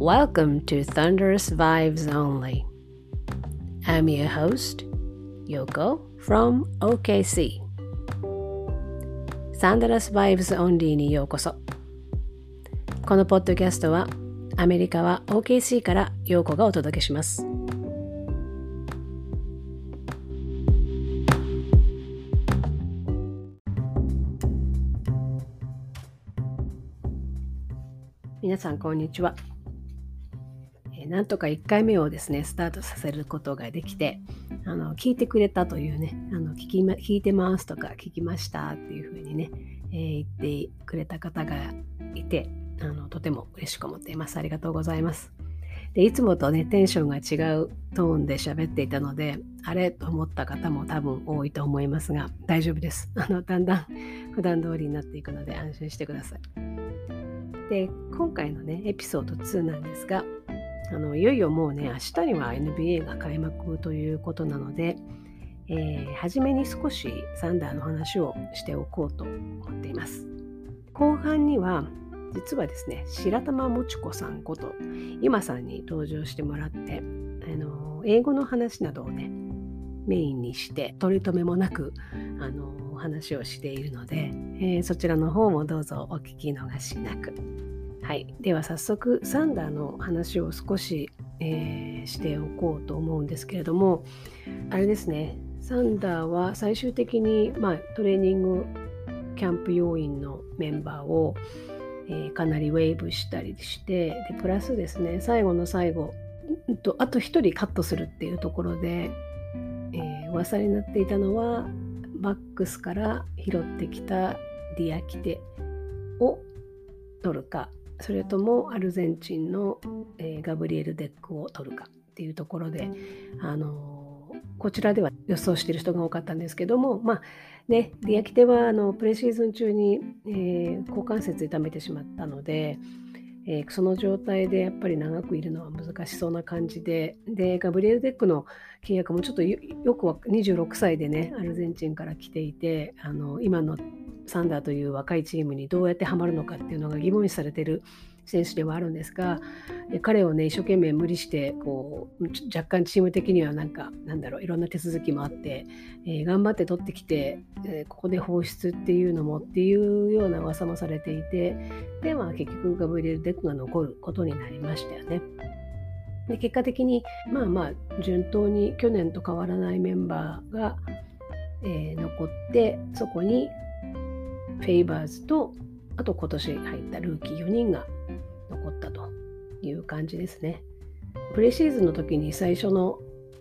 Welcome to Thunderous Vibes Only. I'm your host, Yoko from OKC. Thunderous Vibes Only にようこそ。このポッドキャストはアメリカは OKC からヨーコがお届けします。皆さんこんにちは。なんとか1回目をですねスタートさせることができて、聞いてくれたというね、聞いてますとか聞きましたっていうふうにね、言ってくれた方がいて、とても嬉しく思っています。ありがとうございます。で、いつもとねテンションが違うトーンで喋っていたので、あれと思った方も多分多いと思いますが、大丈夫です。だんだん普段通りになっていくので安心してください。で、今回のねエピソード2なんですが、いよいよもうね明日には NBA が開幕ということなので、初めに少しサンダーの話をしておこうと思っています。後半には実はですね、白玉もちこさんこと今さんに登場してもらって、英語の話などをねメインにして取り留めもなく話をしているので、そちらの方もどうぞお聞き逃しなく。はい、では早速サンダーの話を少し、しておこうと思うんですけれども、あれですね、サンダーは最終的に、トレーニングキャンプ要員のメンバーを、かなりウェイブしたりして、でプラスですね、最後の最後あと1人カットするっていうところで、噂になっていたのはバックスから拾ってきたディアキテを取るか、それともアルゼンチンの、ガブリエル・デックを取るかっていうところで、こちらでは予想している人が多かったんですけども、ディアキテはプレシーズン中に、股関節痛めてしまったので、その状態でやっぱり長くいるのは難しそうな感じで、ガブリエル・デックの契約もちょっとよく26歳でねアルゼンチンから来ていて、今のサンダーという若いチームにどうやってハマるのかっていうのが疑問視されている選手ではあるんですが、彼をね一生懸命無理して若干チーム的にはいろんな手続きもあって、頑張って取ってきて、ここで放出っていうのもっていうような噂もされていて、で結局ガブリエル・デックが残ることになりましたよね。で結果的に順当に去年と変わらないメンバーが、残って、そこにフェイバーズとあと今年入ったルーキー4人が残ったという感じですね。プレシーズンの時に最初の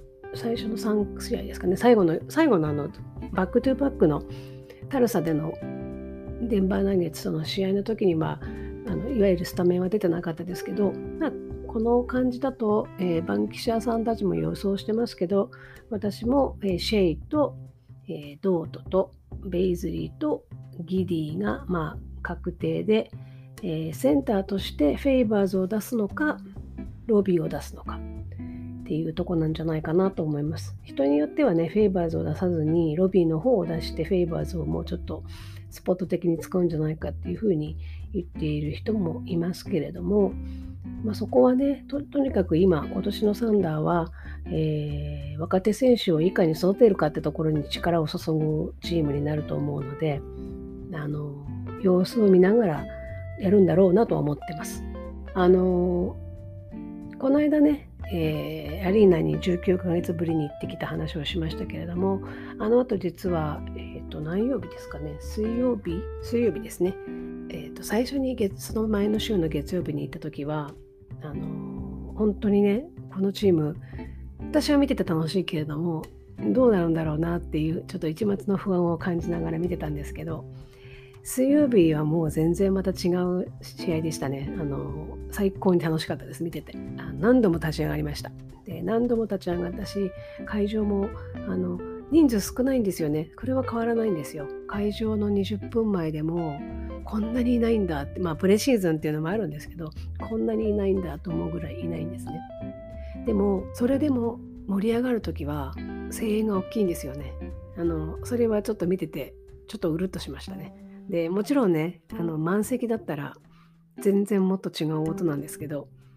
3試合ですかね、最後のバックトゥーバックのタルサでのデンバーナゲッツとの試合の時にいわゆるスタメンは出てなかったですけど、この感じだと、バンキシャーさんたちも予想してますけど、私も、シェイと、ドートとベイズリーとギディが確定で、センターとしてフェイバーズを出すのかロビーを出すのかっていうとこなんじゃないかなと思います。人によってはねフェイバーズを出さずにロビーの方を出してフェイバーズをもうちょっとスポット的に使うんじゃないかっていうふうに言っている人もいますけれども、そこはね とにかく今年のサンダーは、若手選手をいかに育てるかってところに力を注ぐチームになると思うので、様子を見ながらやるんだろうなとは思ってます。この間ね、アリーナに19ヶ月ぶりに行ってきた話をしましたけれども、後実は、何曜日ですかね、水曜日ですね、最初にその前の週の月曜日に行った時は本当にねこのチーム私は見てて楽しいけれどもどうなるんだろうなっていうちょっと一抹の不安を感じながら見てたんですけど、水曜日はもう全然また違う試合でしたね。最高に楽しかったです。見てて何度も立ち上がりました。で何度も立ち上がったし、会場も人数少ないんですよね。これは変わらないんですよ。会場の20分前でもこんなにいないんだって、プレシーズンっていうのもあるんですけど、こんなにいないんだと思うぐらいいないんですね。でもそれでも盛り上がるときは声援が大きいんですよね。それはちょっと見ててちょっとうるっとしましたね。でもちろんね満席だったら全然もっと違う音なんですけど、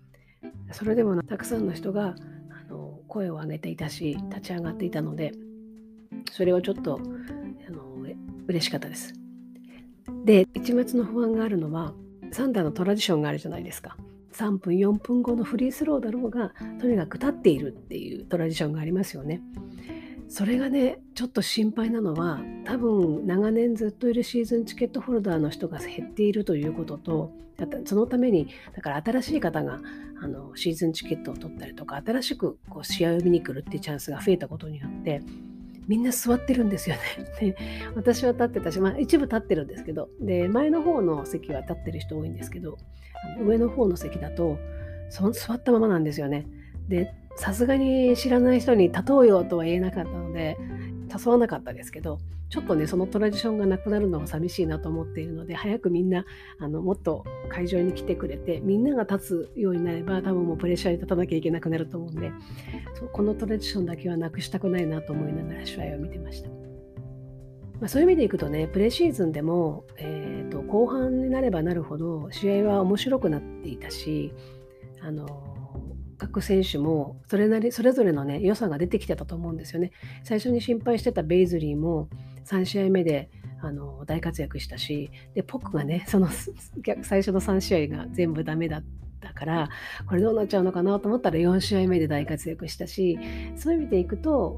それでもたくさんの人が声を上げていたし、立ち上がっていたので、それはちょっと嬉しかったです。で、一抹の不安があるのは、サンダーのトラディションがあるじゃないですか。3分4分後のフリースローだろうがとにかく立っているっていうトラディションがありますよね。それがねちょっと心配なのは、多分長年ずっといるシーズンチケットホルダーの人が減っているということと、そのためにだから新しい方がシーズンチケットを取ったりとか、新しく試合を見に来るっていうチャンスが増えたことによってみんな座ってるんですよね。で、私は立ってたし、一部立ってるんですけど、で前の方の席は立ってる人多いんですけど、上の方の席だと座ったままなんですよね。で、さすがに知らない人に立とうよとは言えなかったので誘わなかったですけど、ちょっとねそのトラディションがなくなるのは寂しいなと思っているので、早くみんなもっと会場に来てくれて、みんなが立つようになれば多分もうプレッシャーに立たなきゃいけなくなると思うんで、このトラディションだけはなくしたくないなと思いながら試合を見てました。そういう意味でいくとね、プレシーズンでも、後半になればなるほど試合は面白くなっていたし、各選手もそれぞれのね良さが出てきてたと思うんですよね。最初に心配してたベイズリーも3試合目で大活躍したし、でポックがね最初の3試合が全部ダメだったから、これどうなっちゃうのかなと思ったら4試合目で大活躍したし、そういう意味でいくと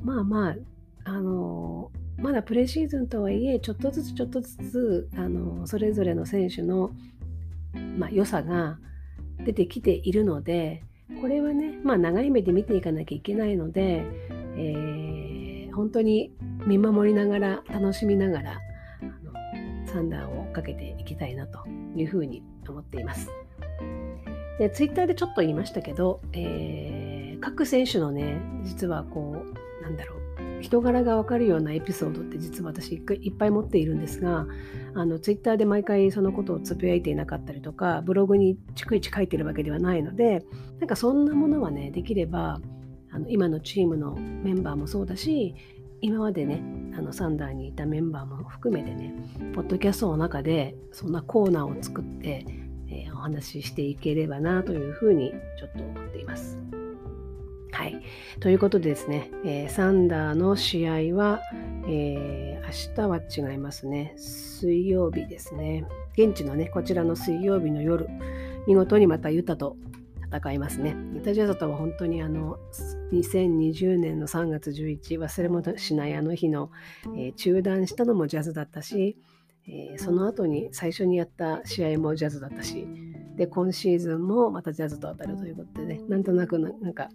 まだプレシーズンとはいえちょっとずつそれぞれの選手の、良さが出てきているので、これはね、長い目で見ていかなきゃいけないので、本当に見守りながら楽しみながらサンダーを追っかけていきたいなというふうに思っています。で、ツイッターでちょっと言いましたけど、各選手のね実は人柄が分かるようなエピソードって実は私いっぱい持っているんですが、ツイッターで毎回そのことをつぶやいていなかったりとか、ブログに逐一書いてるわけではないので、そんなものはねできれば今のチームのメンバーもそうだし、今までねサンダーにいたメンバーも含めてね、ポッドキャストの中でそんなコーナーを作って、お話ししていければなというふうにちょっと思っています。はい、ということでですね、サンダーの試合は、明日は違いますね。水曜日ですね。現地のね、こちらの水曜日の夜、見事にまたユタと戦いますね。ユタジャズとは本当に2020年の3月11日、忘れもしない日の、中断したのもジャズだったし、その後に最初にやった試合もジャズだったし、で今シーズンもまたジャズと当たるということでね、なんとなく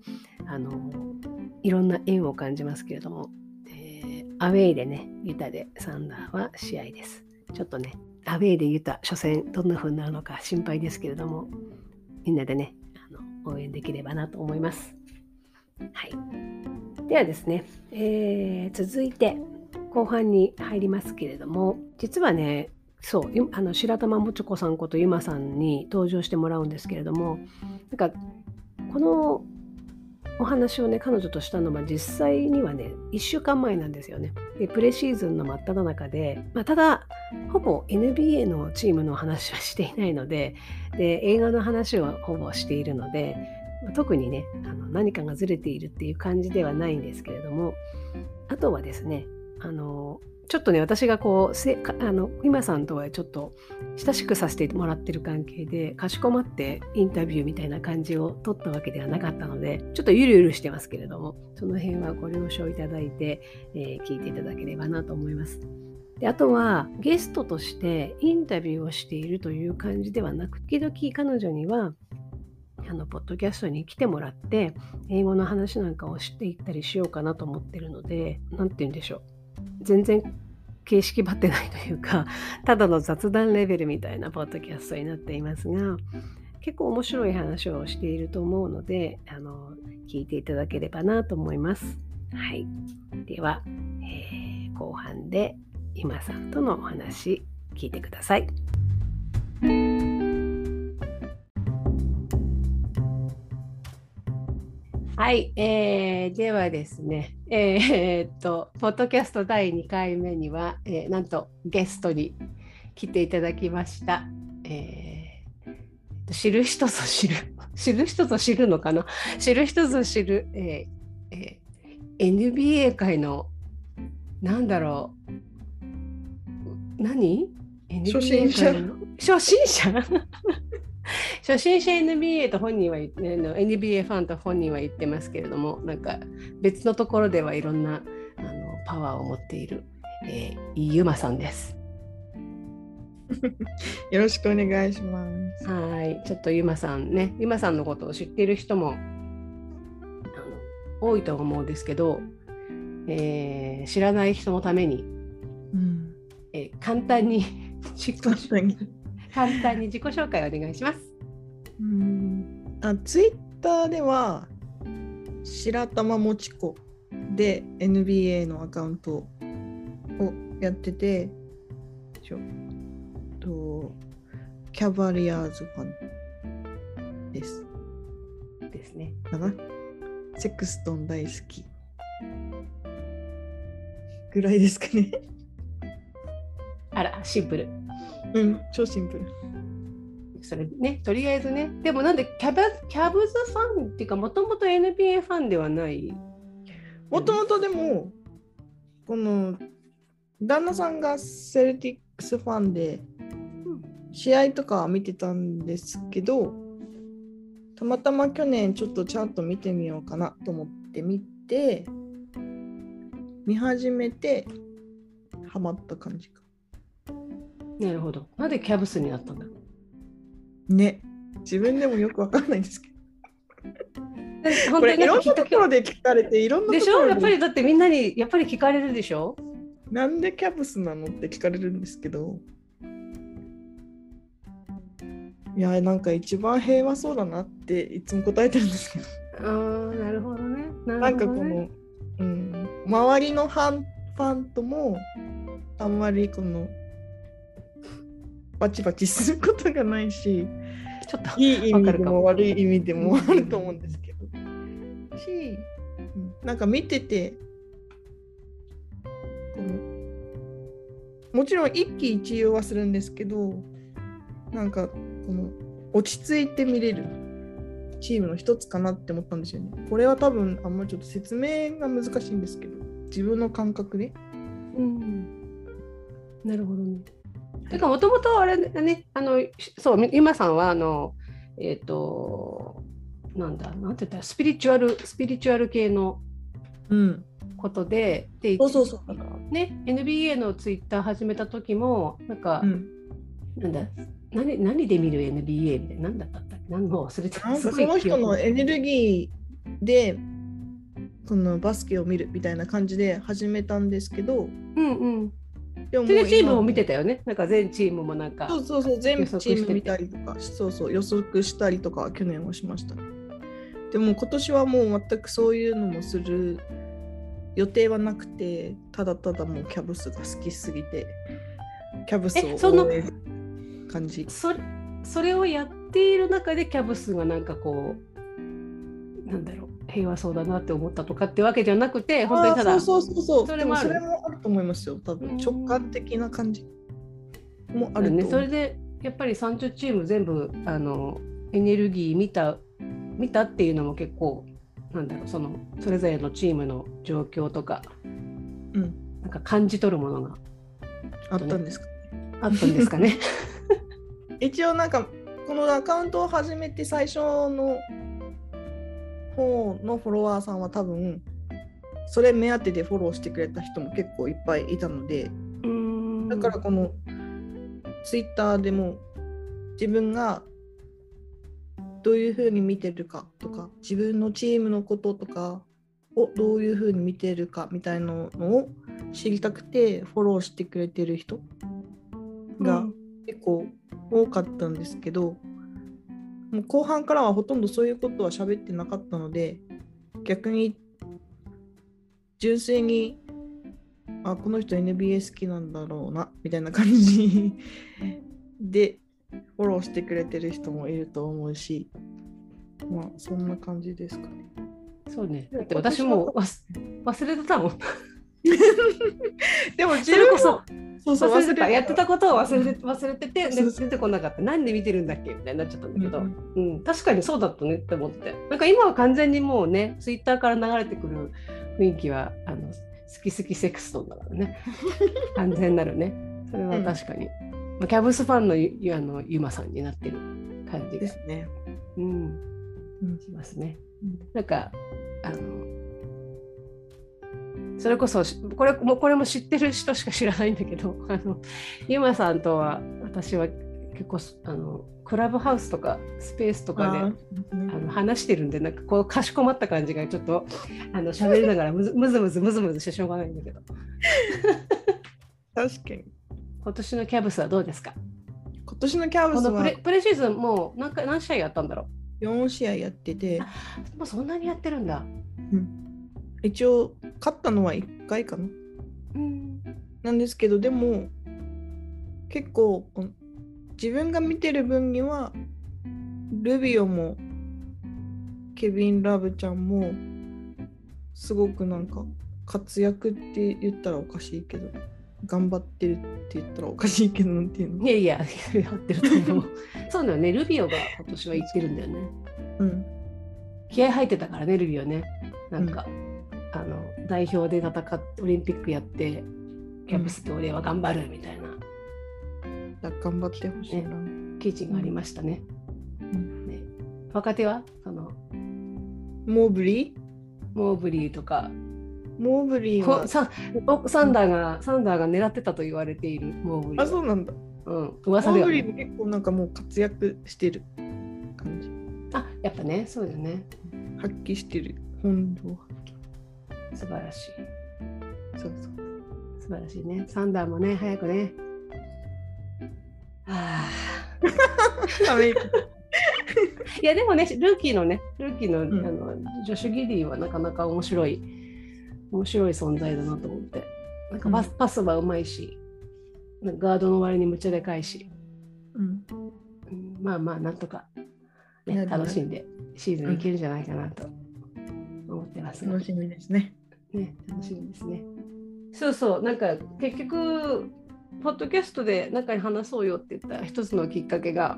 いろんな縁を感じますけれども、アウェイでねユタでサンダーは試合です。ちょっとねアウェイでユタ初戦どんな風になるのか心配ですけれども、みんなでね応援できればなと思います。はい、ではですね、続いて後半に入りますけれども、実はね白玉もちょこさんことゆまさんに登場してもらうんですけれども、このお話をね彼女としたのは実際にはね1週間前なんですよね。でプレシーズンの真っ只中で、ただほぼ NBA のチームの話はしていないので、映画の話をほぼしているので、特にね何かがずれているっていう感じではないんですけれども、あとはですねちょっとね私が今さんとはちょっと親しくさせてもらってる関係で、かしこまってインタビューみたいな感じを取ったわけではなかったので、ちょっとゆるゆるしてますけれども、その辺はご了承いただいて、聞いていただければなと思います。で、あとはゲストとしてインタビューをしているという感じではなく、時々彼女にはポッドキャストに来てもらって英語の話なんかをしていったりしようかなと思ってるので、なんて言うんでしょう、全然形式ばってないというか、ただの雑談レベルみたいなポッドキャストになっていますが、結構面白い話をしていると思うので聞いていただければなと思います。はい、では、後半で今さんとのお話聞いてください。はい、ではですね、ポッドキャスト第2回目には、なんとゲストに来ていただきました。 知る人ぞ知る知る人ぞ知るのかな、知る人ぞ知る、NBA 界のなんだろう、何初心 NBA 者界の初心者初心者 NBA と本人はNBA ファンと本人は言ってますけれども、なんか別のところではいろんなパワーを持っている、ゆまさんです。 よろしくお願いします。 はい、ちょっとゆまさんね、ゆまさんのことを知っている人も多いと思うんですけど、知らない人のために、簡単に自己紹介をお願いします。 ツイッターでは白玉もちこで NBA のアカウントをやってて、キャバリアーズファンですね。 かな。セクストン大好きぐらいですかね。 あら、シンプル。 超シンプル。 それね、とりあえずね。でもなんでキャブズファンっていうか、もともと NBA ファンではない。 もともとでも、この旦那さんがセルティックスファンで、試合とかは見てたんですけど、たまたま去年ちょっとちゃんと見てみようかなと思って見始めてハマった感じか。 なるほど。なんでキャブスになったんだろうね。自分でもよくわかんないんですけどこれいろんなところで聞かれて、いろんなところでしょ。やっぱりだってみんなにやっぱり聞かれるでしょ。 なんでキャブスなのって聞かれるんですけど、いや、なんか一番平和そうだなっていつも答えてるんですけど。 なるほどね。 なんかこの、周りのファンともあんまりこのバチバチすることがないし、 ちょっといい意味でも悪い意味でもあると思うんですけど、なんか見ててもちろん一喜一憂はするんですけど、なんかこの落ち着いて見れるチームの一つかなって思ったんですよね。これは多分あんまりちょっと説明が難しいんですけど、自分の感覚で。 なるほどね。てかもともとあれね、そう今さんはなんて言ったらスピリチュアル系のことで、ね、NBA のツイッター始めた時もなんか、なんだ何で見る NBA みたいな、何だったっけ、何も忘れてた。 その人のエネルギーでこのバスケを見るみたいな感じで始めたんですけど、 でも全チームも見てたよね。なんか全チームもなんかそう全チーム見たりとか、予測したりとか去年はしました。でも今年はもう全くそういうのもする予定はなくて、ただただもうキャブスが好きすぎてキャブスを応援感じ。 それをやっている中でキャブスがなんかこうなんだろう、平和そうだなって思ったとかってわけじゃなくて、本当にただそれもあると思いますよ。多分直感的な感じもあると思う。 それでやっぱり30チーム全部エネルギー見たっていうのも結構なんだろう、それぞれのチームの状況とか、なんか感じ取るものがあったんですか？ あったんですかね。 一応なんかこのアカウントを始めて最初の方のフォロワーさんは多分それ目当てでフォローしてくれた人も結構いっぱいいたので、だからこのツイッターでも自分がどういう風に見てるかとか、自分のチームのこととかをどういう風に見てるかみたいなのを知りたくてフォローしてくれてる人が結構多かったんですけど、もう後半からはほとんどそういうことは喋ってなかったので、逆に純粋にこの人 NBA 好きなんだろうなみたいな感じでフォローしてくれてる人もいると思うし、そんな感じですかね。 そうね。だって私も忘れてたもん。 でもそれこそそうそう忘れてた、やってたことを忘れてて、でそうそう出てこなかった。なんで見てるんだっけみたいになっちゃったんだけど、 うん確かにそうだったねって思って。なんか今は完全にもうね、ツイッターから流れてくる雰囲気は好き好きセクストンだからね。完全なるね。それは確かに。まあ、キャブスファンのユマさんになってる感じですね。 しますね。なんかそれこそこれも知ってる人しか知らないんだけど、ユマさんとは私は結構クラブハウスとかスペースとかで話してるんで、なんかこうかしこまった感じがちょっと喋りながらムズムズしてしょうがないんだけど。 確かに。 今年のキャブスはどうですか？ 今年のキャブスはプレシーズンもう何試合やったんだろう。4試合やってて、 もうそんなにやってるんだ。 一応勝ったのは1回かな、なんですけど、でも結構自分が見てる分にはルビオもケビン・ラブちゃんもすごくなんか活躍って言ったらおかしいけど、頑張ってるって言ったらおかしいけど、なんていうの。 いややってると思う。そうだよね、ルビオが今年は言ってるんだよね。気合入ってたからね、ルビオね。なんか、代表で戦ってオリンピックやってキャブスで俺は頑張るみたいな、 頑張ってほしいな、 記事がありましたね。若手はモーブリーとか、 モーブリーはサンダーが狙ってたと言われているモーブリー。 あ、そうなんだ。 噂では、 モーブリーも結構なんかもう活躍してる感じ。 やっぱね、そうだよね。 発揮してる。本領発揮。 素晴らしい。 そう素晴らしいね。サンダーもね、早くね。いやでもね、ルーキーの、ジョシュ・ギディはなかなか面白い存在だなと思って。なんかパスはうまいし、ガードの割にむっちゃでかいし、まあなんとか、ね、楽しんでシーズンいけるんじゃないかなと思ってます。 楽しみですね。 楽しみですね。そう、なんか結局ポッドキャストで中に話そうよって言った一つのきっかけが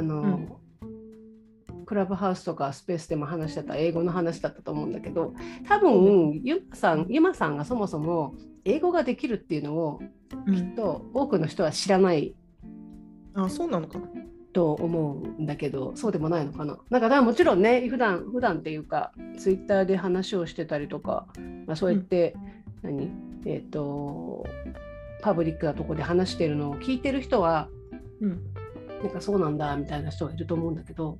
クラブハウスとかスペースでも話してた英語の話だったと思うんだけど、多分ユマさんがそもそも英語ができるっていうのをきっと多くの人は知らないそうなのかなと思うんだけど、そうでもないのかな。だからもちろんね、普段っていうかツイッターで話をしてたりとか、そうやってパブリックなとこで話してるのを聞いてる人は、なんかそうなんだみたいな人がいると思うんだけど、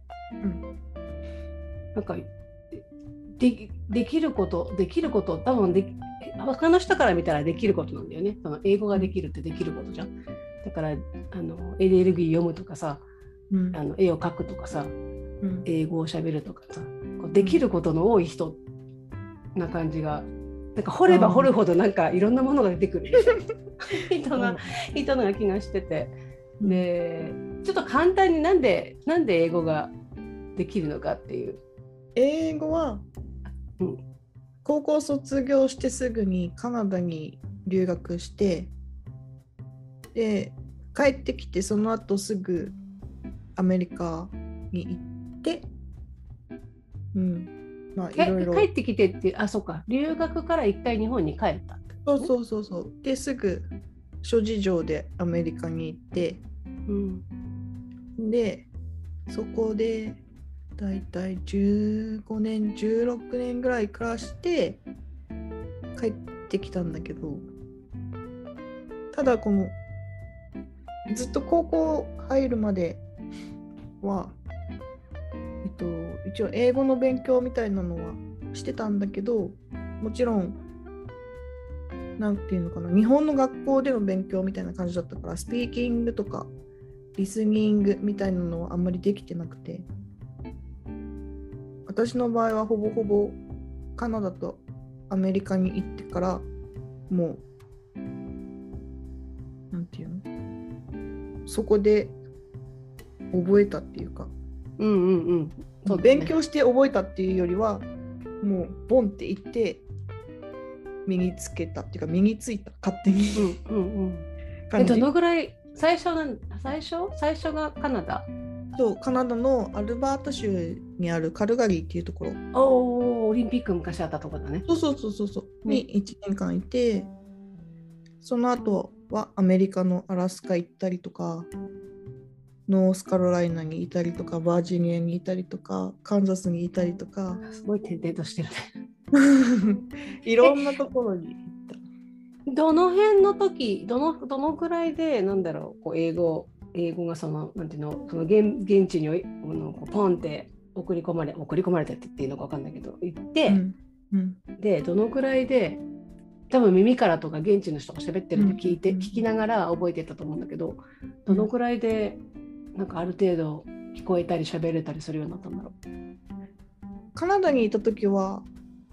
なんかできること多分他の人から見たらできることなんだよね。その英語ができるってできることじゃん。だからLLG 読むとかさ、絵を描くとかさ、英語を喋るとかさ、できることの多い人な感じが、なんか掘れば掘るほどなんかいろんなものが出てくる人な気がしてて、でちょっと簡単になんで英語ができるのかっていう。 英語は、高校卒業してすぐにカナダに留学して、で帰ってきてその後すぐアメリカに行って、いろいろ帰ってきてってそうか、留学から一回日本に帰ったって、 ね、そうですぐ諸事情でアメリカに行って、でそこでだいたい15年16年ぐらい暮らして帰ってきたんだけど、ただこのずっと高校入るまでは、一応英語の勉強みたいなのはしてたんだけど、もちろんなんていうのかな、日本の学校での勉強みたいな感じだったから、スピーキングとかリスニングみたいなのはあんまりできてなくて、私の場合はほぼほぼカナダとアメリカに行ってからもうなんていうの、そこで覚えたっていうか、勉強して覚えたっていうよりはもうボンって行って身につけたっていうか身についた勝手に感じ。どのぐらい最初がカナダ？ そう、カナダのアルバータ州にあるカルガリーっていうところ。 オリンピック昔あったところだね。 そうに1年間いて、その後はアメリカのアラスカ行ったりとか、ノースカロライナにいたりとか、バージニアにいたりとか、カンザスにいたりとか。 すごい転々としてるね。 いろんなところに行った。 どの辺の時、どのぐらいで、なんだろう、こう英語がその、なんていうの、その現地にポンって送り込まれてって言っていいのか分かんないけど、行って、で、どのぐらいで、多分耳からとか現地の人が喋ってるって聞きながら覚えてたと思うんだけど、どのぐらいでなんかある程度聞こえたり喋れたりするようになったんだろう。 カナダにいた時は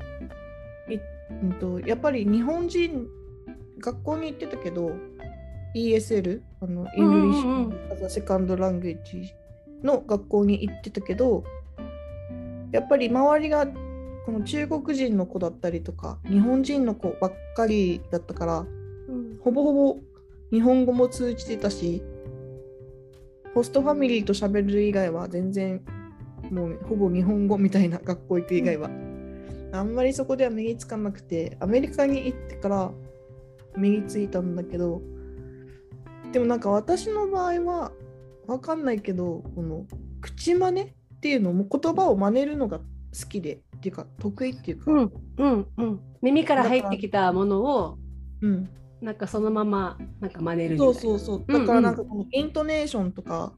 やっぱり日本人学校に行ってたけど ESL イングリッシュセカンドラングエッジの学校に行ってたけど、やっぱり周りがこの中国人の子だったりとか日本人の子ばっかりだったから、ほぼほぼ日本語も通じてたし、ホストファミリーと喋る以外は全然もうほぼ日本語みたいな、学校行く以外は、あんまりそこでは身につかなくて、アメリカに行ってから身についたんだけど、でもなんか私の場合は分かんないけど、この口真似っていうのも言葉を真似るのが好きでっていうか得意っていうか、 耳から入ってきたものをなんかそのままなんか真似るみたいな。 そうだからなんかこのイントネーションとか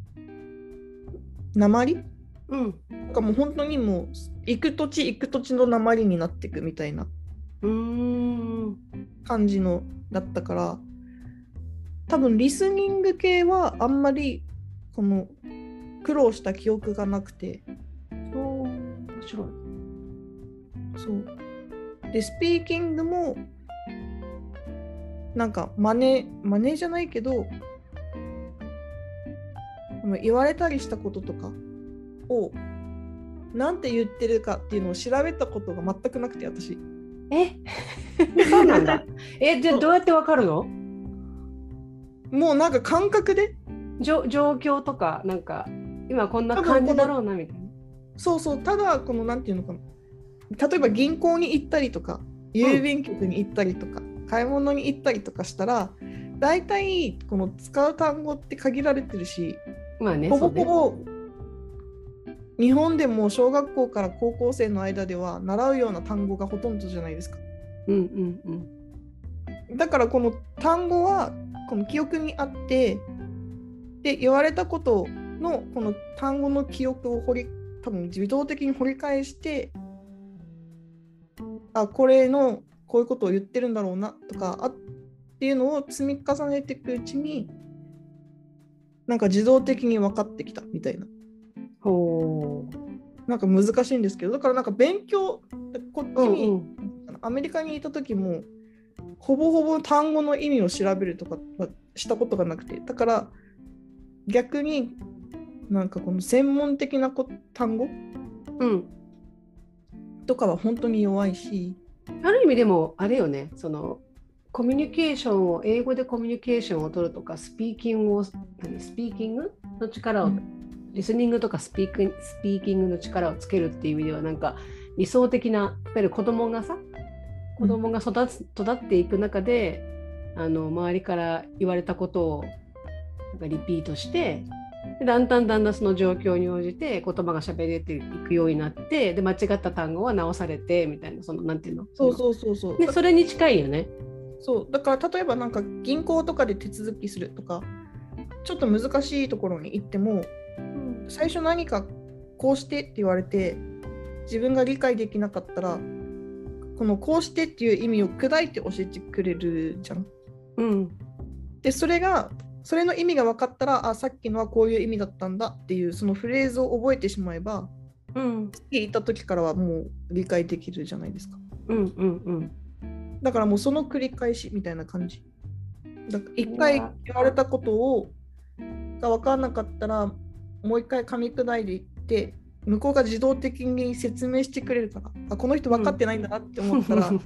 訛りなんかもう本当にもう行く土地の訛りになっていくみたいな感じのだったから、多分リスニング系はあんまりこの苦労した記憶がなくて。 面白い。 そうでスピーキングもなんか真似じゃないけど、言われたりしたこととかをなんて言ってるかっていうのを調べたことが全くなくて、私。 そうなんだ。じゃあどうやってわかるの？ もうなんか感覚で状況とかなんか今こんな感じだろうなみたいな。 そうただこのなんていうのかな、例えば銀行に行ったりとか郵便局に行ったりとか、買い物に行ったりとかしたら大体この使う単語って限られてるし、ほぼほぼ日本でも小学校から高校生の間では習うような単語がほとんどじゃないですか。だからこの単語はこの記憶にあって、で言われたことのこの単語の記憶を多分自動的に掘り返して、これのこういうことを言ってるんだろうなとかっていうのを積み重ねていくうちになんか自動的に分かってきたみたいな。なんか難しいんですけど、だからなんか勉強こっちに、アメリカにいた時もほぼほぼ単語の意味を調べるとかしたことがなくて、だから逆になんかこの専門的な単語、とかは本当に弱いし、 ある意味でもあれよね、そのコミュニケーションを英語でコミュニケーションを取るとかスピーキングの力を、リスニングとかスピーキングの力をつけるっていう意味ではなんか理想的な、やっぱり子供が育っていく中で周りから言われたことをなんかリピートして、だんだんその状況に応じて言葉が喋れていくようになって、で間違った単語は直されてみたいな、そのなんていうの、 そうでそれに近いよね。 そうだから例えばなんか銀行とかで手続きするとかちょっと難しいところに行っても、最初何かこうしてって言われて自分が理解できなかったらこのこうしてっていう意味を砕いて教えてくれるじゃん。でそれの意味が分かったら、さっきのはこういう意味だったんだっていうそのフレーズを覚えてしまえば、次行った時からはもう理解できるじゃないですか。だからもうその繰り返しみたいな感じ。だから一回言われたことが分からなかったらもう一回噛み砕いていって向こうが自動的に説明してくれるから、この人分かってないんだなって思ったら、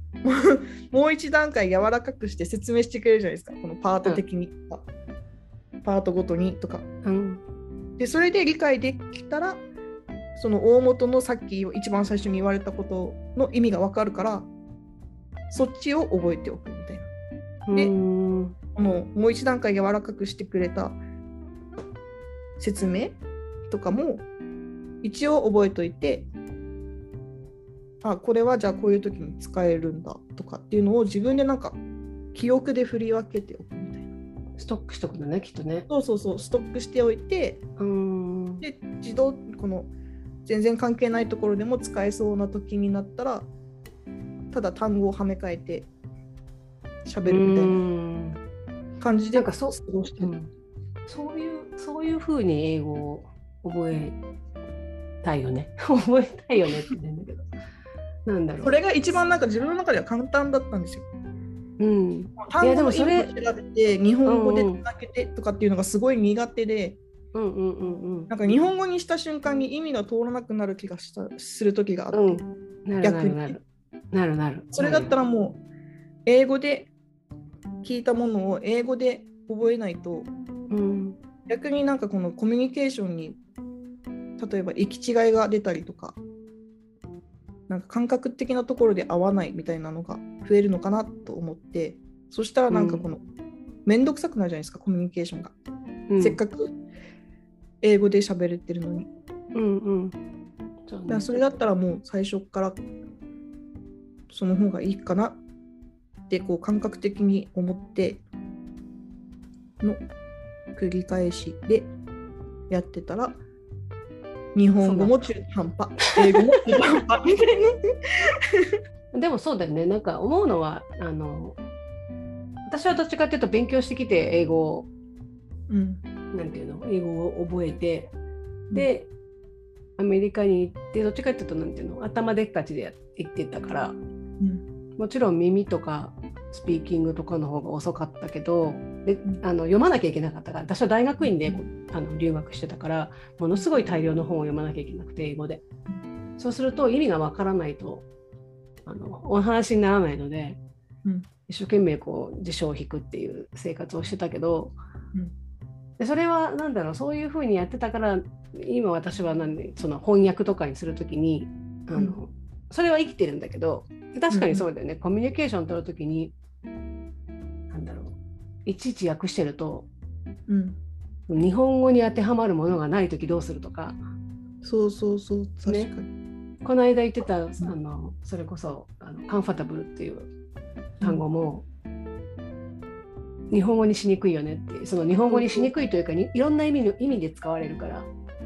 もう一段階柔らかくして説明してくれるじゃないですか、このパート的にとか、パートごとにとか。でそれで理解できたら、その大元のさっき一番最初に言われたことの意味が分かるから、そっちを覚えておくみたいな。でもう一段階柔らかくしてくれた説明とかも一応覚えといて、あ、これはじゃあこういう時に使えるんだとかっていうのを自分でなんか記憶で振り分けておくみたいな。 ストックしとくのね、きっとね。 そうそうそう、ストックしておいて、で自動この全然関係ないところでも使えそうな時になったら、ただ単語をはめ替えて喋るみたいな感じで過ごしてる。 そういう風に英語を覚えたいよね。覚えたいよねって言うんだけど。なんだろう。 それが一番なんか自分の中では簡単だったんですよ。単語の意味を調べて日本語でつなげてとかっていうのがすごい苦手で、なんか日本語にした瞬間に意味が通らなくなる気がする時があって、逆になる。 それだったらもう英語で聞いたものを英語で覚えないと、逆になんかこのコミュニケーションに例えば行き違いが出たりとか、なんか感覚的なところで合わないみたいなのが増えるのかなと思って、そしたらなんかこの面倒くさくなるじゃないですか、コミュニケーションが、せっかく英語で喋れてるのに。だからそれだったらもう最初からその方がいいかなってこう感覚的に思っての繰り返しでやってたら、日本語も中途半端、英語も中途半端みたいな。でもそうだよね。なんか思うのは私はどっちかっていうと勉強してきて英語を、なんていうの、英語を覚えて、でアメリカに行ってどっちかっていうとなんていうの、頭でっかちで行ってたから、もちろん耳とかスピーキングとかの方が遅かったけど、で読まなきゃいけなかったから、私は大学院で留学してたから、ものすごい大量の本を読まなきゃいけなくて、英語で。そうすると意味がわからないとお話にならないので、一生懸命こう辞書を引くっていう生活をしてたけど、でそれはなんだろう、そういうふうにやってたから、今私はその翻訳とかにするときにそれは生きてるんだけど、確かにそうだよね、コミュニケーション取るときになんだろう、いちいち訳してると、日本語に当てはまるものがないときどうするとか。 そう確かに、 この間言ってたそれこそカンファタブルっていう単語も、日本語にしにくいよねって、その日本語にしにくいというか、いろんな意味で使われるから、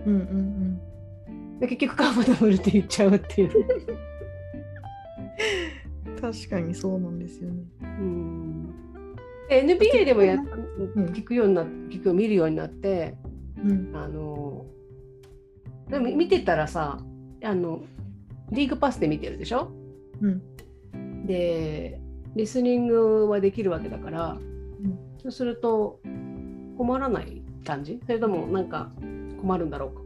で結局カンファタブルって言っちゃうっていう確かにそうなんですよね。 NBA でも聞く見るようになって、でも見てたらさ、リーグパスで見てるでしょ、でリスニングはできるわけだから、そうすると困らない感じ？それともなんか困るんだろうか。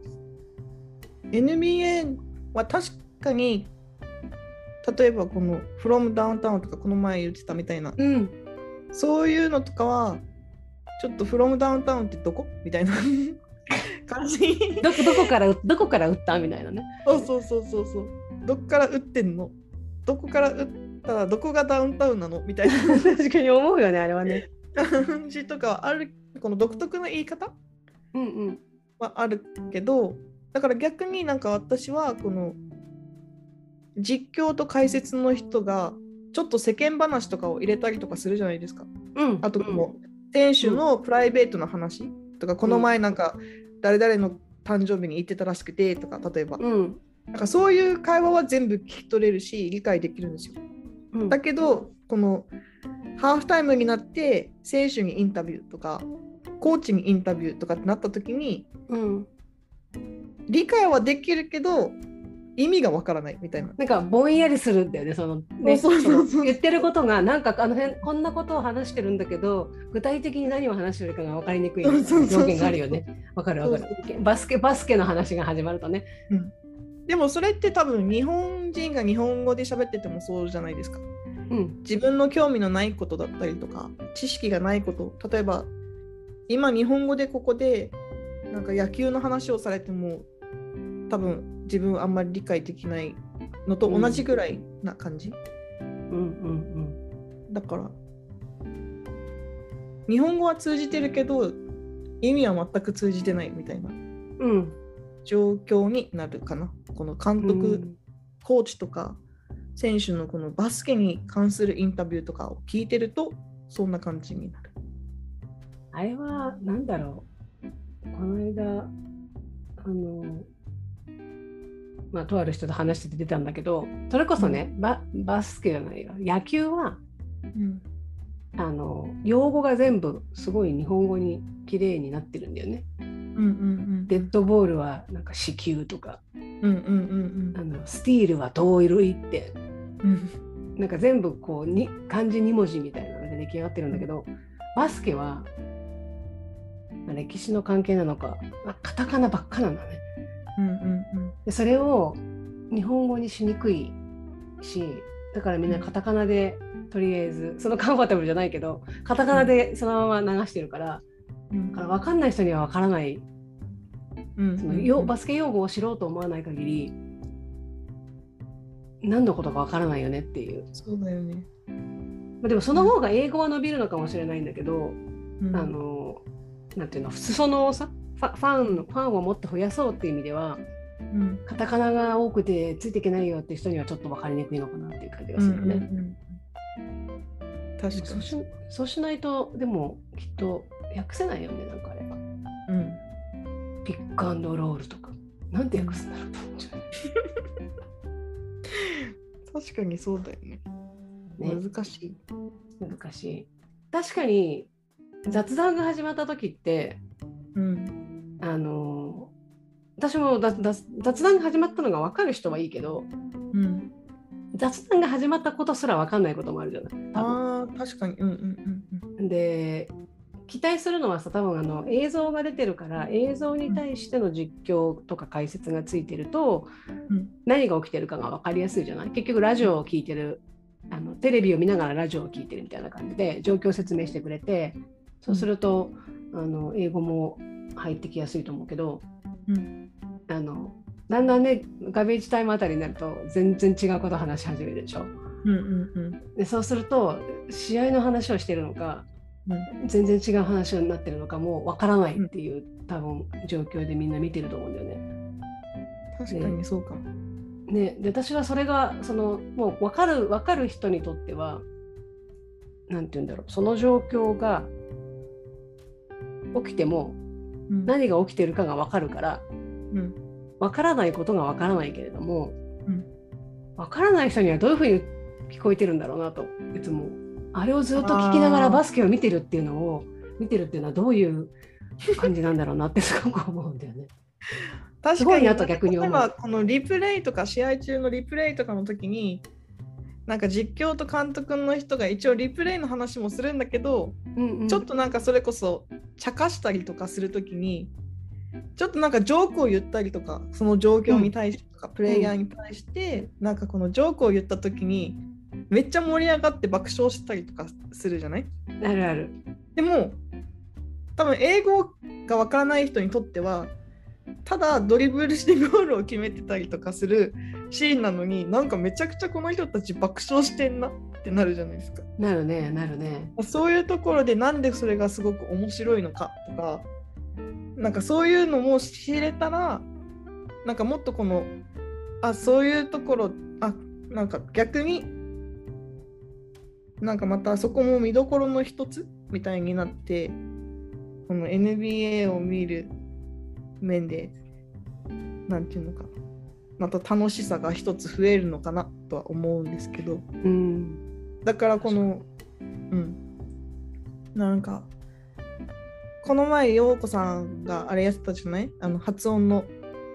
NBA は確かに、例えばこの From Downtown とかこの前言ってたみたいな、そういうのとかはちょっと From Downtown ってどこみたいな感じどこから打ったみたいなね。 そうどこから打ってんの、どこから打ったらどこがダウンタウンなのみたいな確かに思うよね、あれはね。 感じとかはある、この独特な言い方はあるけど、だから逆になんか私はこの実況と解説の人がちょっと世間話とかを入れたりとかするじゃないですか。あとも選手のプライベートな話とか、この前なんか誰々の誕生日に行ってたらしくてとか、例えば、なんかそういう会話は全部聞き取れるし理解できるんですよ。だけどこのハーフタイムになって選手にインタビューとかコーチにインタビューとかってなった時に、理解はできるけど意味がわからないみたいな、 なんかぼんやりするんだよね、言ってることがなんか辺こんなことを話してるんだけど、具体的に何を話してるかが分かりにくい条件があるよね。わかるバスケの話が始まるとね、 でもそれって多分日本人が日本語で喋っててもそうじゃないですか。 自分の興味のないことだったりとか知識がないこと、例えば今日本語でここでなんか野球の話をされても多分自分あんまり理解できないのと同じぐらいな感じ、だから日本語は通じてるけど意味は全く通じてないみたいな状況になるかな。この監督、コーチとか選手のこのバスケに関するインタビューとかを聞いてるとそんな感じになる。 あれはなんだろう、この間とある人と話してて出たんだけど、それこそね、バスケじゃないよ、野球は、用語が全部すごい日本語に綺麗になってるんだよね。デッドボールはなんか四球とか、スティールは盗塁って、なんか全部こう漢字2文字みたいなので出来上がってるんだけど、バスケは歴史の関係なのかカタカナばっかなんだね。でそれを日本語にしにくいし、だからみんなカタカナでとりあえずそのカンファタブルじゃないけどカタカナでそのまま流してるから、だから分かんない人には分からない、バスケ用語を知ろうと思わない限り何のことか分からないよねっていう。 そうだよね。 でもその方が英語は伸びるのかもしれないんだけど、なんていうの、裾野をさ、ファンをもっと増やそうっていう意味では、カタカナが多くてついていけないよっていう人にはちょっと分かりにくいのかなっていう感じがするよね。 確かにそうしないとでもきっと訳せないよね、なんかあれは。ピックアンドロールとかなんて訳すんだろうと思っちゃう。確かにそうだよね。難しい。 確かに雑談が始まった時って、私も雑談が始まったのが分かる人はいいけど、雑談が始まったことすら分かんないこともあるじゃない。 確かに。 で期待するのはさ、多分映像が出てるから映像に対しての実況とか解説がついてると、何が起きてるかが分かりやすいじゃない。結局ラジオを聞いてる、テレビを見ながらラジオを聞いてるみたいな感じで状況を説明してくれて、そうすると英語も入ってきやすいと思うけど、だんだんねガベージタイムあたりになると全然違うことを話し始めるでしょ。でそうすると試合の話をしてるのか、全然違う話になってるのかもわからないっていう、多分状況でみんな見てると思うんだよね。 確かにそうか。 で私はそれがもう分かる人にとってはなんて言うんだろう、その状況が起きても何が起きてるかが分かるから、分からないことが分からないけれども、分からない人にはどういうふうに聞こえてるんだろうなと、いつもあれをずっと聞きながらバスケを見てるっていうのはどういう感じなんだろうなってすごく思うんだよね。 確かに、 あと逆に思う。 例えばこのリプレイとか試合中のリプレイとかの時になんか実況と監督の人が一応リプレイの話もするんだけど、ちょっとなんかそれこそ茶化したりとかする時にちょっとなんかジョークを言ったりとか、その状況に対してとか、プレイヤーに対してなんかこのジョークを言った時にめっちゃ盛り上がって爆笑したりとかするじゃない？ あるある。 でも多分英語がわからない人にとってはただドリブルしてゴールを決めてたりとかするシーンなのに、なんかめちゃくちゃこの人たち爆笑してんなってなるじゃないですか。 なるね。 そういうところでなんでそれがすごく面白いのかとか、なんかそういうのも知れたら、なんかもっとこのそういうところなんか逆になんかまたそこも見どころの一つみたいになって、この NBA を見る面でなんていうのかな、また楽しさが一つ増えるのかなとは思うんですけど、だからこのなんかこの前陽子さんがあれやってたじゃない、発音の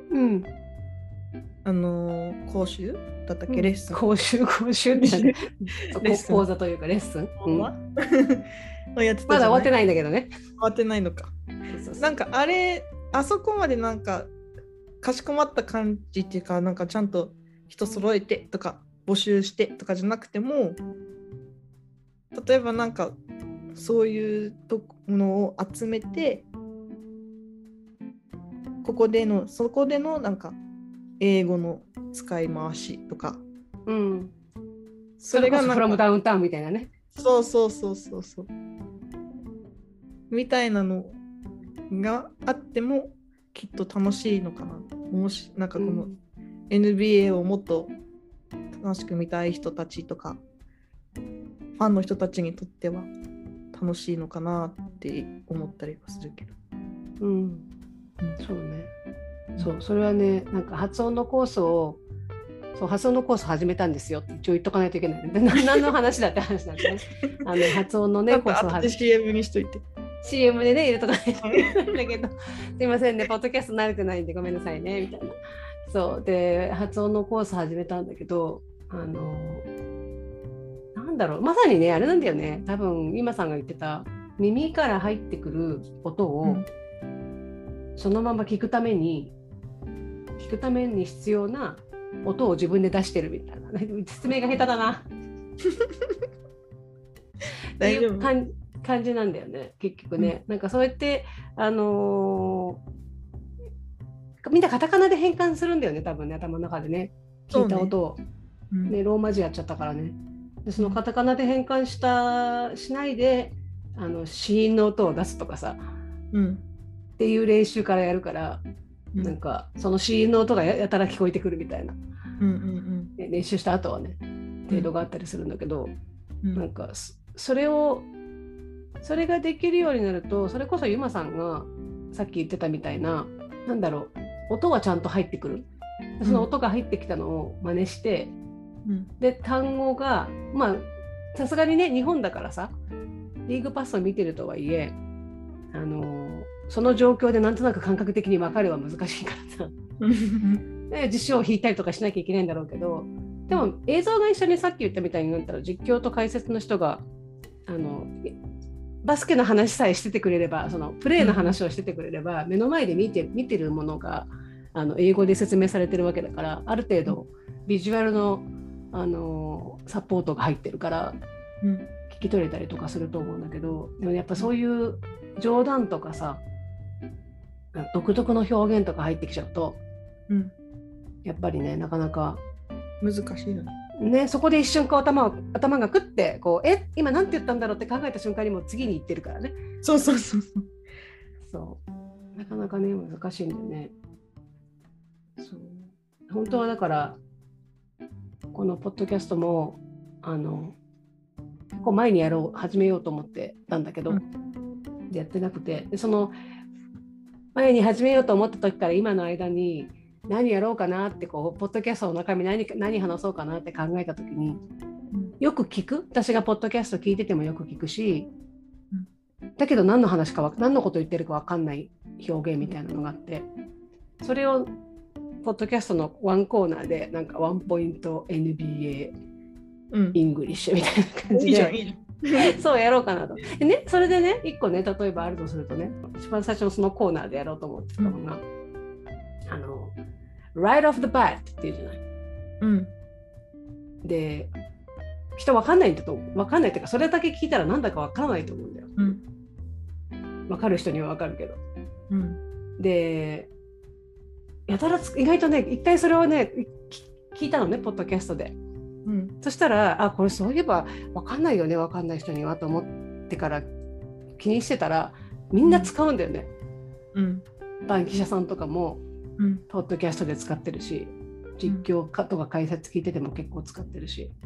講習だったっけ、レッスン、 講習って講座というかレッスン、 をやってたじゃない。 まだ終わってないんだけどね。 終わってないのか。なんかあそこまでなんかかしこまった感じっていうか、なんかちゃんと人揃えてとか募集してとかじゃなくても、 例えばなんかそういうものを集めてそこでのなんか英語の使い回しとか、 うん、 それがなんかフロムダウンタウンみたいなね。 そうみたいなのがあってもきっと楽しいのかな。なんかこの NBA をもっと楽しく見たい人たちとかファンの人たちにとっては楽しいのかなって思ったりはするけど。 そうね。それはね、なんか発音のコースを始めたんですよって一応言っとかないといけない。で何の話だって話なんでね。発音のね、コースを後で CM にしといて。 CM でね、入れとかないといけないんだけど、すいませんね、ポッドキャスト慣れてないんでごめんなさいね、みたいな。そう。で、発音のコース始めたんだけど、なんだろう、まさにね、あれなんだよね。多分、今さんが言ってた、耳から入ってくる音を、そのまま聞くために必要な音を自分で出してるみたいな。説明が下手だな。 大丈夫。 感じなんだよね、結局ね。なんかそうやって、みんなカタカナで変換するんだよね、多分ね、頭の中でね。聞いた音を。ね、ローマ字やっちゃったからね。でそのカタカナで変換しないで、子音の音を出すとかさ、っていう練習からやるから、なんかその子音の音がやたら聞こえてくるみたいな、練習した後はね程度があったりするんだけど、なんかそれができるようになると、それこそゆまさんがさっき言ってたみたいな、なんだろう、音はちゃんと入ってくる。その音が入ってきたのを真似して、で単語がまあさすがにね日本だからさリーグパスを見てるとはいえ、その状況でなんとなく感覚的に分かるは難しいからさ辞書を引いたりとかしなきゃいけないんだろうけど、でも映像が一緒にさっき言ったみたいになったら、実況と解説の人がバスケの話さえしててくれれば、そのプレーの話をしててくれれば、目の前で見てるものが英語で説明されてるわけだから、ある程度ビジュアルの、サポートが入ってるから、聞き取れたりとかすると思うんだけど、でもやっぱそういう冗談とかさ、独特の表現とか入ってきちゃうと、やっぱりねなかなか難しいよね。そこで一瞬こう頭がくってこう今なんて言ったんだろうって考えた瞬間にもう次に行ってるからね。そうなかなかね難しいんだよね。そう本当はだからこのポッドキャストも結構前に始めようと思ってたんだけど、でやってなくて、でその前に始めようと思った時から今の間に何やろうかなってこうポッドキャストの中身何話そうかなって考えた時に、よく聞く、私がポッドキャスト聞いててもよく聞くし、だけど何のこと言ってるか分かんない表現みたいなのがあって、それをポッドキャストのワンコーナーでなんかワンポイント NBA イングリッシュみたいな感じでそうやろうかなと。でね、それでね1個ね例えばあるとするとね、一番最初のそのコーナーでやろうと思ってたのが、right off the bat っていうじゃない。で人分かんないっていうか、それだけ聞いたらなんだか分からないと思うんだよ。分かる人には分かるけど。でやたら意外とね一回それをね聞いたのねポッドキャストで。そしたらこれそういえば分かんないよね、分かんない人にはと思ってから気にしてたらみんな使うんだよね。番記者さんとかもポッドキャストで使ってるし、実況とか解説聞いてても結構使ってるし、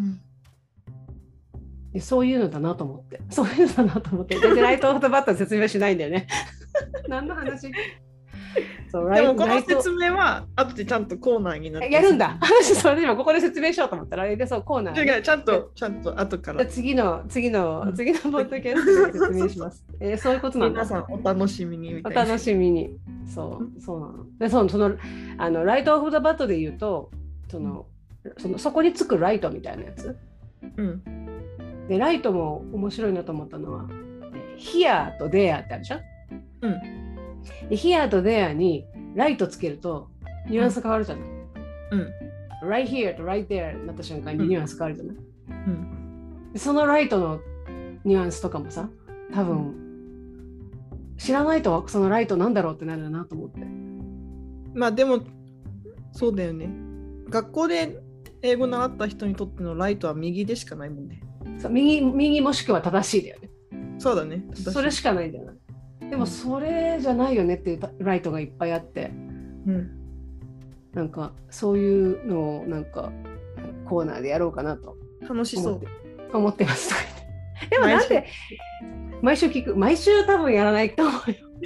でそういうのだなと思って全然ライトオフとバットの説明しないんだよね何の話そうでもこの説明は後でちゃんとコーナーになってやるんだそれで今ここで説明しようと思ったらそうコーナー、 ね、ちゃんと後から次のポッドキャストで説明しますそういうことなんだ。 皆さんお楽しみにみたいな。お楽しみに。そうなの。でそのライトオフ・ザ・バットで言うとそこにつくライトみたいなやつ、でライトも面白いなと思ったのは Here と There ってあるでしょ。で Here と There にライトつけるとニュアンス変わるじゃない。Right here と Right there になった瞬間にニュアンス変わるじゃない。 そのライトのニュアンスとかもさ、多分知らないとそのライトなんだろうってなるなと思って。 まあでもそうだよね。学校で英語習った人にとってのライトは右でしかないもんね。 そう、右もしくは正しいだよね。 そうだね。 それしかないんだよね。でもそれじゃないよねっていうライトがいっぱいあって、 うん、 なんかそういうのをなんかコーナーでやろうかなと楽しそう思ってます。でもなんで毎週聞く、毎週多分やらないと思うよ。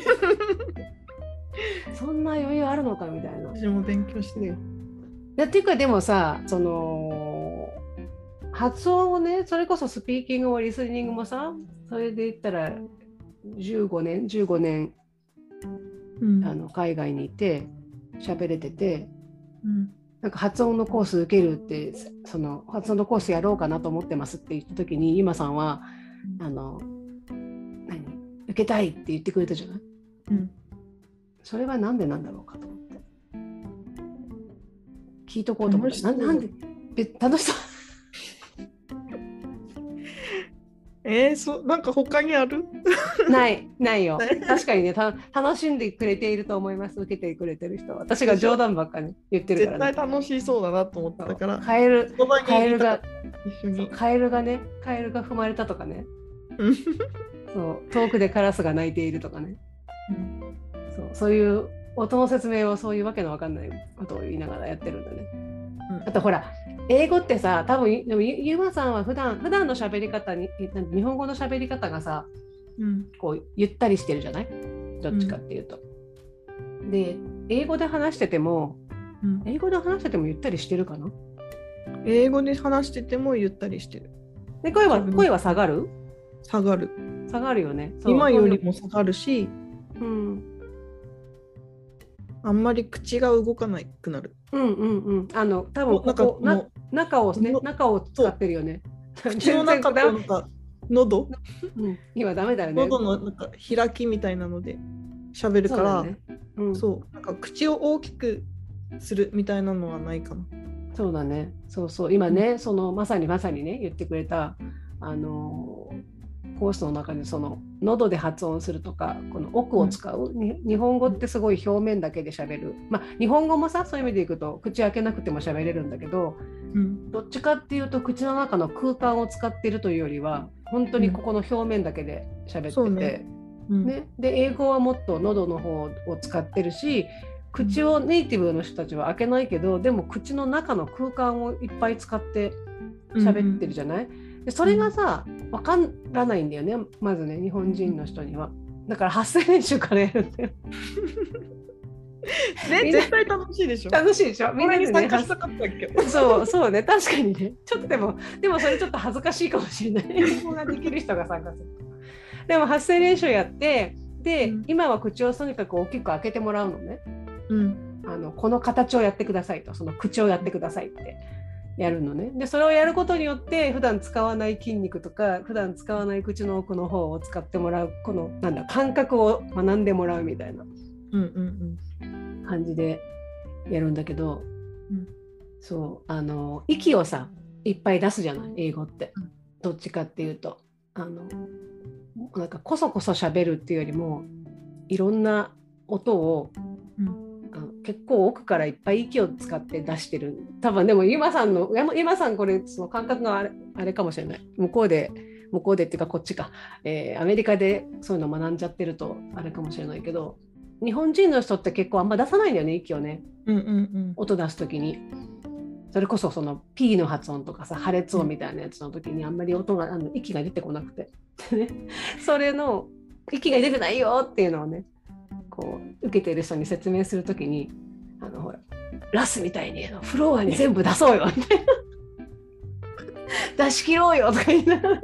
そんな余裕あるのかみたいな。 私も勉強してるよ。 っていうかでもさ、その発音をね、それこそスピーキングもリスニングもさ、それで言ったら15年、 うん、 海外にいて喋れてて、 うん、 なんか発音のコース受けるって、その発音のコースやろうかなと思ってますって言った時に、今さんは受けたいって言ってくれたじゃない、 うん、 それはなんでなんだろうかと思って聞いとこうと思って。なんで楽しそうなんか他にあるないよ。確かにね、楽しんでくれていると思います。受けてくれてる人は。私が冗談ばっかり言ってるから、ね、 絶対楽しそうだなと思ったから。 カエルがね、カエルが踏まれたとかね。そう遠くでカラスが鳴いているとかね、うん、そういう音の説明をそういうわけのわかんないことを言いながらやってるんだね、うん、あとほら英語ってさ、多分でもゆまさんは普段の喋り方に、日本語の喋り方がさ、うん、こうゆったりしてるじゃない、どっちかっていうと、うん、で英語で話しててもゆったりしてるかな。 英語で話しててもゆったりしてる。 で声は下がるよね。 今よりも下がるし、うん、あんまり口が動かなくなる。 多分中を使ってるよね。 口の中となんか喉、 うん、今ダメだよね。 喉のなんか開きみたいなので喋るから、ね、うん、そうなんか口を大きくするみたいなのはないかな。 そうだね。そう今ね、そのまさにね言ってくれたコースの中でその喉で発音するとか、この奥を使う、日本語ってすごい表面だけで喋る、まあ日本語もさ、そういう意味でいくと口開けなくても喋れるんだけど、うん、どっちかっていうと口の中の空間を使ってるというよりは本当にここの表面だけで喋ってて、ね、で英語はもっと喉の方を使ってるし、口をネイティブの人たちは開けないけど、でも口の中の空間をいっぱい使って喋ってるじゃない、でそれがさ分からないんだよね、まずね、日本人の人には。だから発声練習からやるんだよ。 絶対楽しいでしょ。 楽しいでしょ。みんなで、ね、 参加したかったっけ。 そうね、確かにね。ちょっとでもそれちょっと恥ずかしいかもしれない。英語ができる人が参加する。でも発声練習やって、で、今は口をとにかく大きく開けてもらうのね。うん、この形をやってくださいと、その口をやってくださいってやるのね。でそれをやることによって普段使わない筋肉とか普段使わない口の奥の方を使ってもらう、この感覚を学んでもらうみたいな感じでやるんだけど、うん、そう息をさいっぱい出すじゃない、英語って。どっちかっていうとなんかこそこそ喋るっていうよりもいろんな音を、結構奥からいっぱい息を使って出してる。多分でも今さんこれその感覚があれかもしれない。向こうでっていうかこっちか、アメリカでそういうの学んじゃってるとあれかもしれないけど、日本人の人って結構あんま出さないんだよね、息をね、音出すときに。それこそその P の発音とかさ、破裂音みたいなやつの時にあんまり息が出てこなくてそれの息が出てないよっていうのをね、こう受けてる人に説明するときにほらラスみたいにフロアに全部出そうよみたいな出し切ろうよとか言いながら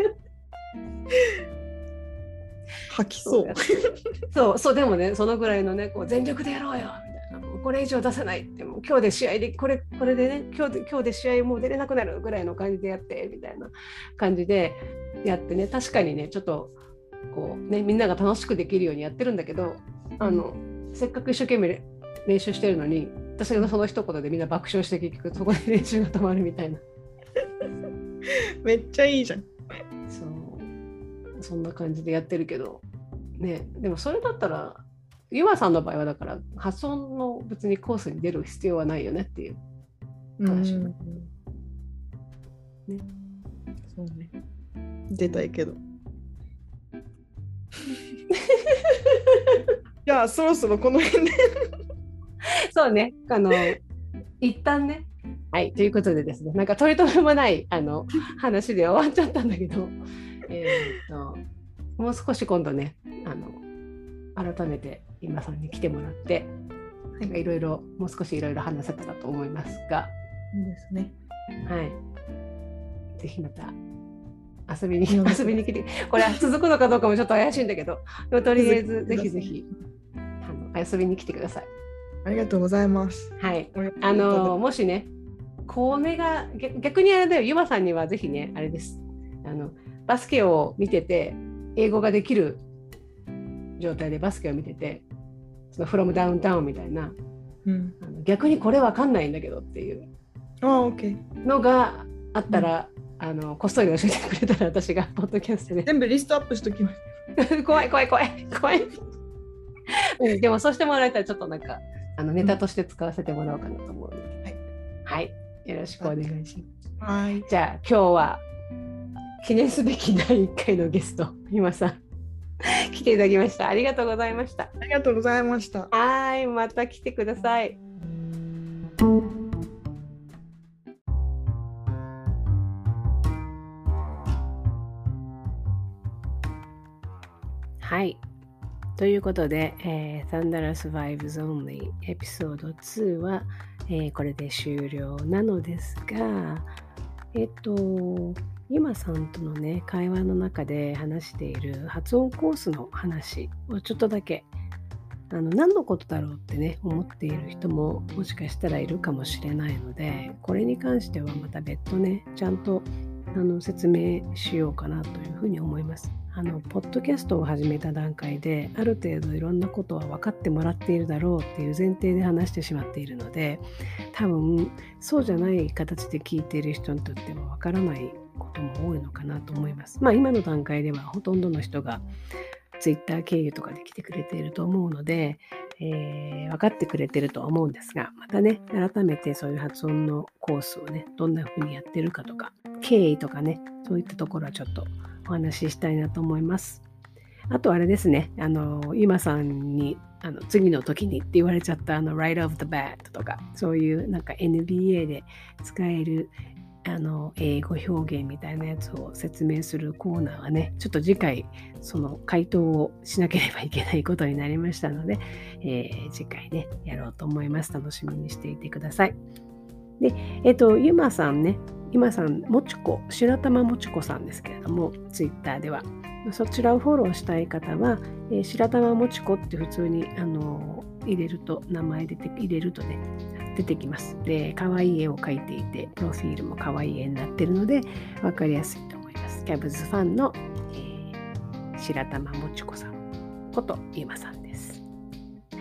吐きそうでもね、そのぐらいのね、こう全力でやろうよみたいな、これ以上出せないって、もう今日で試合でこれでね、今日で試合もう出れなくなるぐらいの感じでやってみたいな感じでやってね、確かにね、ちょっとこうね、みんなが楽しくできるようにやってるんだけど、せっかく一生懸命練習してるのに、私がその一言でみんな爆笑して結局そこで練習が止まるみたいな。 めっちゃいいじゃん。 そんな感じでやってるけどね。でもそれだったらゆまさんの場合はだから発音の別にコースに出る必要はないよねっていう話をね。 そうね。出たいけど。じゃあそろそろこの辺でそうね、一旦ね、はい、ということでですね、なんか取り留めもない話で終わっちゃったんだけど、もう少し今度ね、改めて今さんに来てもらって、いろいろもう少しいろいろ話せたらと思いますが、 いいですね。 はい、ぜひまた遊びに来て、これ続くのかどうかもちょっと怪しいんだけど、とりあえずぜひぜひ遊びに来てください。 ありがとうございます。 はい、もしね、これが逆にあれだよ、ゆまさんにはぜひね、あれです。バスケを見てて、英語ができる状態でバスケを見てて、その from downtown みたいな、逆にこれわかんないんだけどっていうのがあったら、こっそり教えてくれたら私がポッドキャストで全部リストアップしときます。 怖い。でもそうしてもらえたらちょっとなんかネタとして使わせてもらおうかなと思うので、はい、よろしくお願いします。 はい。 じゃあ今日は記念すべき第1回のゲストゆまさん来ていただきました。ありがとうございました。 ありがとうございました。 はい、また来てください。はい。ということで、Thunderous Vibes Only エピソード2は、これで終了なのですが、ゆまさんとのね、会話の中で話している発音コースの話をちょっとだけ、何のことだろうってね、思っている人ももしかしたらいるかもしれないので、これに関してはまた別途ね、ちゃんと説明しようかなというふうに思います。ポッドキャストを始めた段階である程度いろんなことは分かってもらっているだろうっていう前提で話してしまっているので、多分そうじゃない形で聞いている人にとっては分からないことも多いのかなと思います。今の段階ではほとんどの人がツイッター経由とかで来てくれていると思うので、分かってくれてるとは思うんですが、またね、改めてそういう発音のコースをね、どんな風にやってるかとか、経緯とかね、そういったところはちょっとお話ししたいなと思います。あとあれですね、今さんに次の時にって言われちゃったright off the bat とか、そういうなんか NBA で使える英語表現みたいなやつを説明するコーナーはね、ちょっと次回その回答をしなければいけないことになりましたので、次回ねやろうと思います。楽しみにしていてください。で、ゆまさんね、今さんもちこ白玉もちこさんですけれども、ツイッターではそちらをフォローしたい方は、白玉もちこって普通に入れると名前入れるとね出てきます。で、可愛い絵を描いていて、プロフィールも可愛い絵になっているので分かりやすいと思います。キャブズファンの、白玉もちこさんことゆまさんです。はい。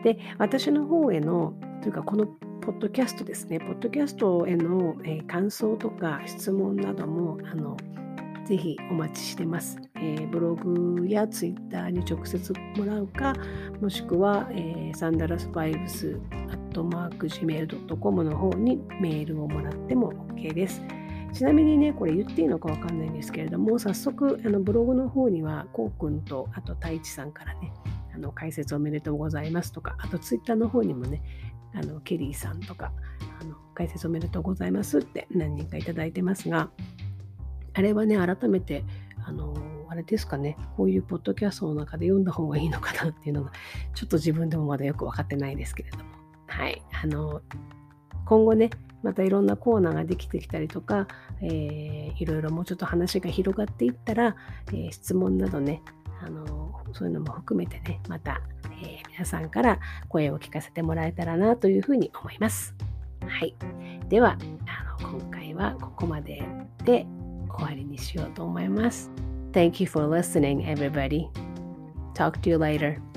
で、私の方へのというかこのポッドキャストですね。ポッドキャストへの、感想とか質問などもぜひお待ちしてます。ブログやツイッターに直接もらうか、もしくは、sandarasvibes@gmail.com の方にメールをもらっても OK です。ちなみにね、これ言っていいのかわかんないんですけれども、早速ブログの方にはこうくんとあと太一さんからね、解説おめでとうございますとか、あとツイッターの方にもね、ケリーさんとか解説おめでとうございますって何人かいただいてますが、あれはね、改めてあれですかね、こういうポッドキャストの中で読んだ方がいいのかなっていうのがちょっと自分でもまだよく分かってないですけれども、はい、今後ね、またいろんなコーナーができてきたりとか、いろいろもうちょっと話が広がっていったら、質問などね、そういうのも含めてね、また、皆さんから声を聞かせてもらえたらなというふうに思います。はい。では、今回はここまでで終わりにしようと思います。Thank you for listening, everybody. Talk to you later.